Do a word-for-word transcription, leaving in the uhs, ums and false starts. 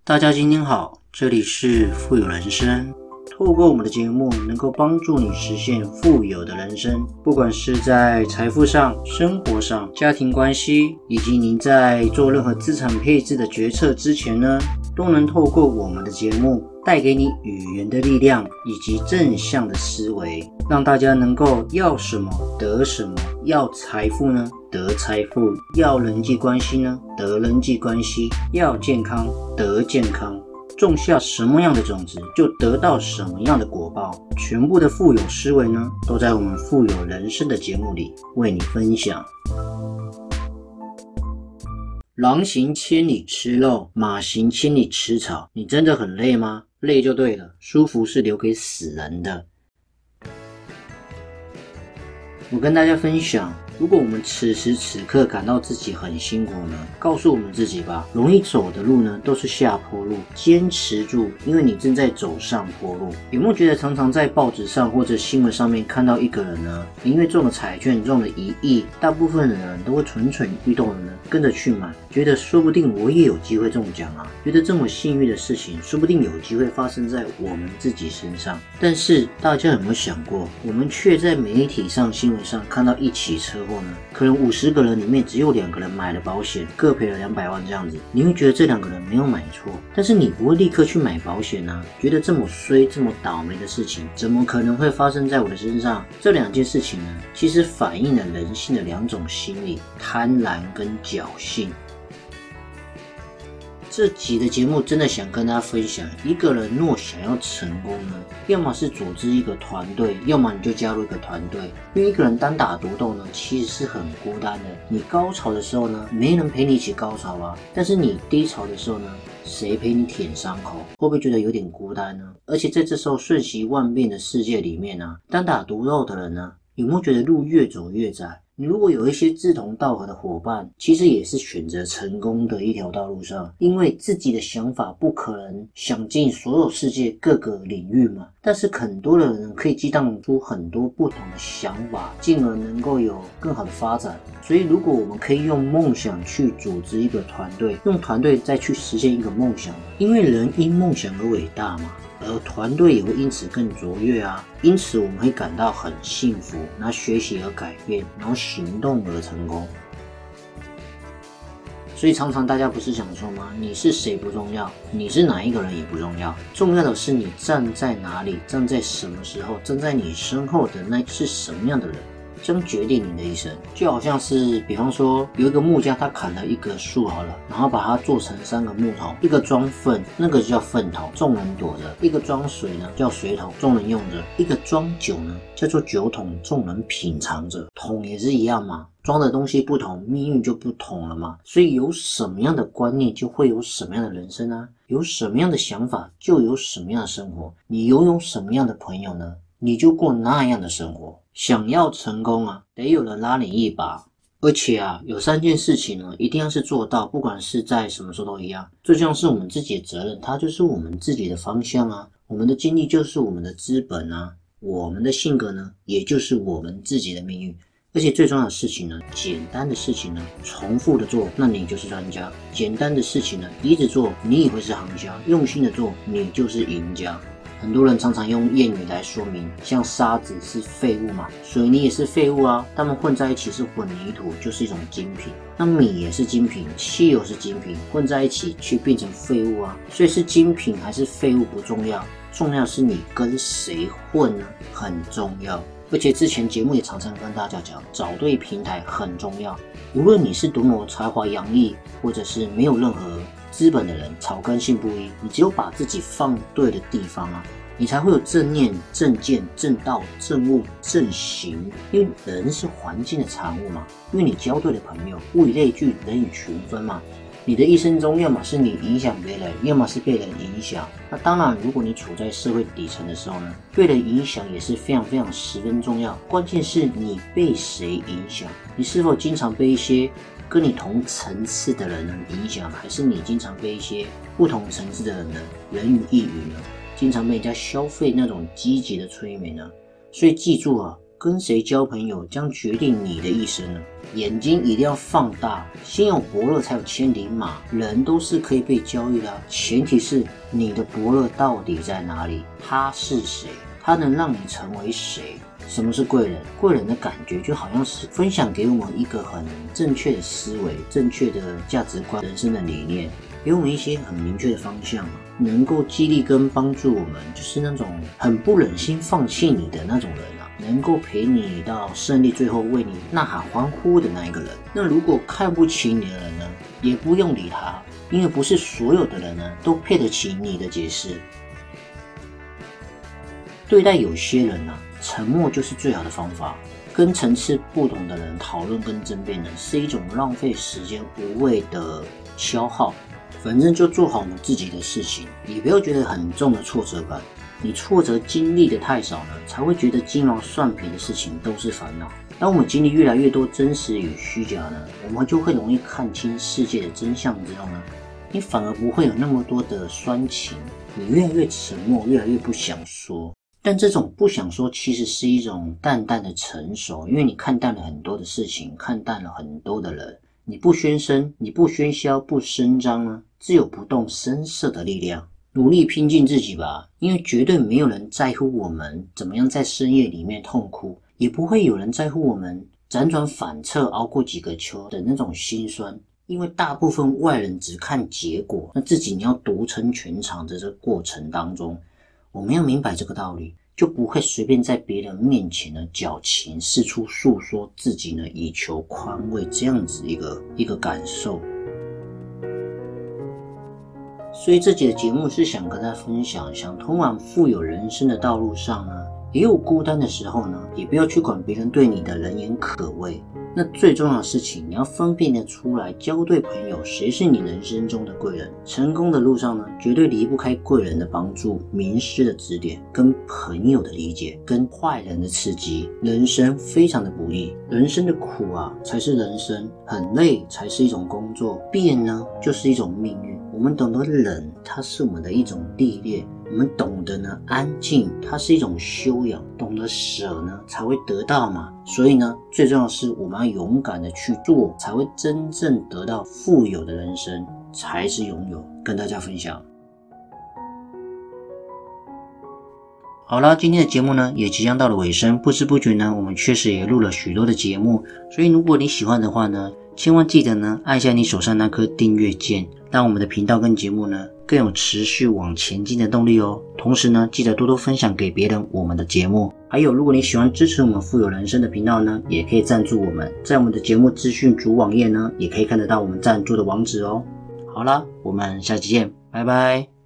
大家今天好，这里是富有人生。透过我们的节目，能够帮助你实现富有的人生，不管是在财富上、生活上、家庭关系，以及您在做任何资产配置的决策之前呢，都能透过我们的节目带给你语言的力量以及正向的思维，让大家能够要什么得什么，要财富呢得财富，要人际关系呢得人际关系，要健康得健康。种下什么样的种子，就得到什么样的果报。全部的富有思维呢，都在我们富有人生的节目里为你分享。狼行千里吃肉，马行千里吃草。你真的很累吗？累就对了，舒服是留给死人的。我跟大家分享，如果我们此时此刻感到自己很辛苦呢，告诉我们自己吧，容易走的路呢都是下坡路，坚持住，因为你正在走上坡路。有没有觉得常常在报纸上或者新闻上面看到一个人呢，因为中了彩券中了一亿，大部分的人都会蠢蠢欲动的呢跟着去买，觉得说不定我也有机会中奖啊，觉得这么幸运的事情说不定有机会发生在我们自己身上。但是大家有没有想过，我们却在媒体上新闻上看到一起车祸呢，可能五十个人里面只有两个人买了保险，各赔了两百万这样子，你会觉得这两个人没有买错，但是你不会立刻去买保险啊，觉得这么衰这么倒霉的事情怎么可能会发生在我的身上？这两件事情呢，其实反映了人性的两种心理，贪婪跟侥幸。这集的节目真的想跟大家分享，一个人若想要成功呢，要么是组织一个团队，要么你就加入一个团队。因为一个人单打独斗呢，其实是很孤单的。你高潮的时候呢，没人陪你一起高潮啊，但是你低潮的时候呢，谁陪你舔伤口？会不会觉得有点孤单呢？而且在这时候瞬息万变的世界里面呢，单打独斗的人呢，有没有觉得路越走越窄？你如果有一些志同道合的伙伴，其实也是选择成功的一条道路上，因为自己的想法不可能想尽所有世界各个领域嘛，但是很多的人可以激荡出很多不同的想法，进而能够有更好的发展。所以如果我们可以用梦想去组织一个团队，用团队再去实现一个梦想，因为人因梦想而伟大嘛，而团队也会因此更卓越啊，因此我们会感到很幸福，然后学习而改变，然后行动而成功。所以常常大家不是想说吗？你是谁不重要，你是哪一个人也不重要，重要的是你站在哪里，站在什么时候，站在你身后的那是什么样的人，将决定你的一生。就好像是比方说有一个木匠，他砍了一棵树好了，然后把它做成三个木桶，一个装粪，那个就叫粪桶，众人躲着；一个装水呢叫水桶，众人用着；一个装酒呢叫做酒桶，众人品尝着。桶也是一样嘛，装的东西不同，命运就不同了嘛。所以有什么样的观念，就会有什么样的人生啊，有什么样的想法，就有什么样的生活。你拥有什么样的朋友呢，你就过那样的生活。想要成功啊，得有人拉你一把。而且啊，有三件事情呢，一定要是做到，不管是在什么时候都一样。最重要是我们自己的责任，它就是我们自己的方向啊，我们的精力就是我们的资本啊，我们的性格呢，也就是我们自己的命运。而且最重要的事情呢，简单的事情呢，重复的做，那你就是专家；简单的事情呢，一直做，你也会是行家；用心的做，你就是赢家。很多人常常用谚语来说明，像沙子是废物嘛，水泥也是废物啊，它们混在一起是混凝土，就是一种精品。那米也是精品，汽油是精品，混在一起却变成废物啊。所以是精品还是废物不重要，重要是你跟谁混呢，很重要。而且之前节目也常常跟大家讲，找对平台很重要。无论你是多么才华洋溢，或者是没有任何资本的人，草根性不一，你只有把自己放对的地方啊，你才会有正念、正见、正道、正悟、正行。因为人是环境的产物嘛，因为你交对的朋友，物以类聚，人以群分嘛。你的一生中，要么是你影响别人，要么是被人影响。那当然，如果你处在社会底层的时候呢，被人影响也是非常非常十分重要。关键是你被谁影响，你是否经常被一些跟你同层次的人影响，还是你经常被一些不同层次的人的人云亦云呢？经常被人家消费那种积极的催眠呢？所以记住啊， 跟谁交朋友将决定你的一生呢？眼睛一定要放大，先有伯乐才有千里马，人都是可以被教育的啊，前提是你的伯乐到底在哪里？他是谁？他能让你成为谁？什么是贵人？贵人的感觉就好像是分享给我们一个很正确的思维、正确的价值观、人生的理念，给我们一些很明确的方向，能够激励跟帮助我们，就是那种很不忍心放弃你的那种人啊，能够陪你到胜利，最后为你呐喊欢呼的那一个人。那如果看不起你的人呢，也不用理他，因为不是所有的人呢都配得起你的解释。对待有些人啊，沉默就是最好的方法。跟层次不同的人讨论跟争辩呢，是一种浪费时间无谓的消耗。反正就做好我们自己的事情，也不要觉得很重的挫折感。你挫折经历的太少呢，才会觉得鸡毛蒜皮的事情都是烦恼。当我们经历越来越多真实与虚假呢，我们就会容易看清世界的真相之后呢，你反而不会有那么多的酸情，你越来越沉默，越来越不想说。但这种不想说其实是一种淡淡的成熟，因为你看淡了很多的事情，看淡了很多的人，你不喧声，你不喧嚣，不声张呢，只有不动声色的力量。努力拼尽自己吧，因为绝对没有人在乎我们怎么样在深夜里面痛哭，也不会有人在乎我们辗转反侧熬过几个秋的那种心酸，因为大部分外人只看结果，那自己你要独撑全场的这个过程当中，我们要明白这个道理，就不会随便在别人面前呢矫情，四处诉说自己呢以求宽慰，这样子一个一个感受。所以这集的节目是想跟大家分享，想通往富有人生的道路上呢，也有孤单的时候呢，也不要去管别人对你的人言可畏。那最重要的事情，你要分辨得出来，交对朋友，谁是你人生中的贵人。成功的路上呢，绝对离不开贵人的帮助、名师的指点、跟朋友的理解、跟坏人的刺激。人生非常的不易，人生的苦啊，才是人生；很累才是一种工作，变呢，就是一种命运。我们懂得忍，它是我们的一种历练。我们懂得呢安静，它是一种修养，懂得舍呢才会得到嘛。所以呢，最重要的是我们要勇敢的去做，才会真正得到富有的人生，才是拥有。跟大家分享。好了，今天的节目呢也即将到了尾声，不知不觉呢我们确实也录了许多的节目，所以如果你喜欢的话呢，千万记得呢按下你手上那颗订阅键，让我们的频道跟节目呢更有持续往前进的动力哦。同时呢，记得多多分享给别人我们的节目。还有，如果你喜欢支持我们富有人生的频道呢，也可以赞助我们，在我们的节目资讯主网页呢，也可以看得到我们赞助的网址哦。好啦，我们下期见，拜拜。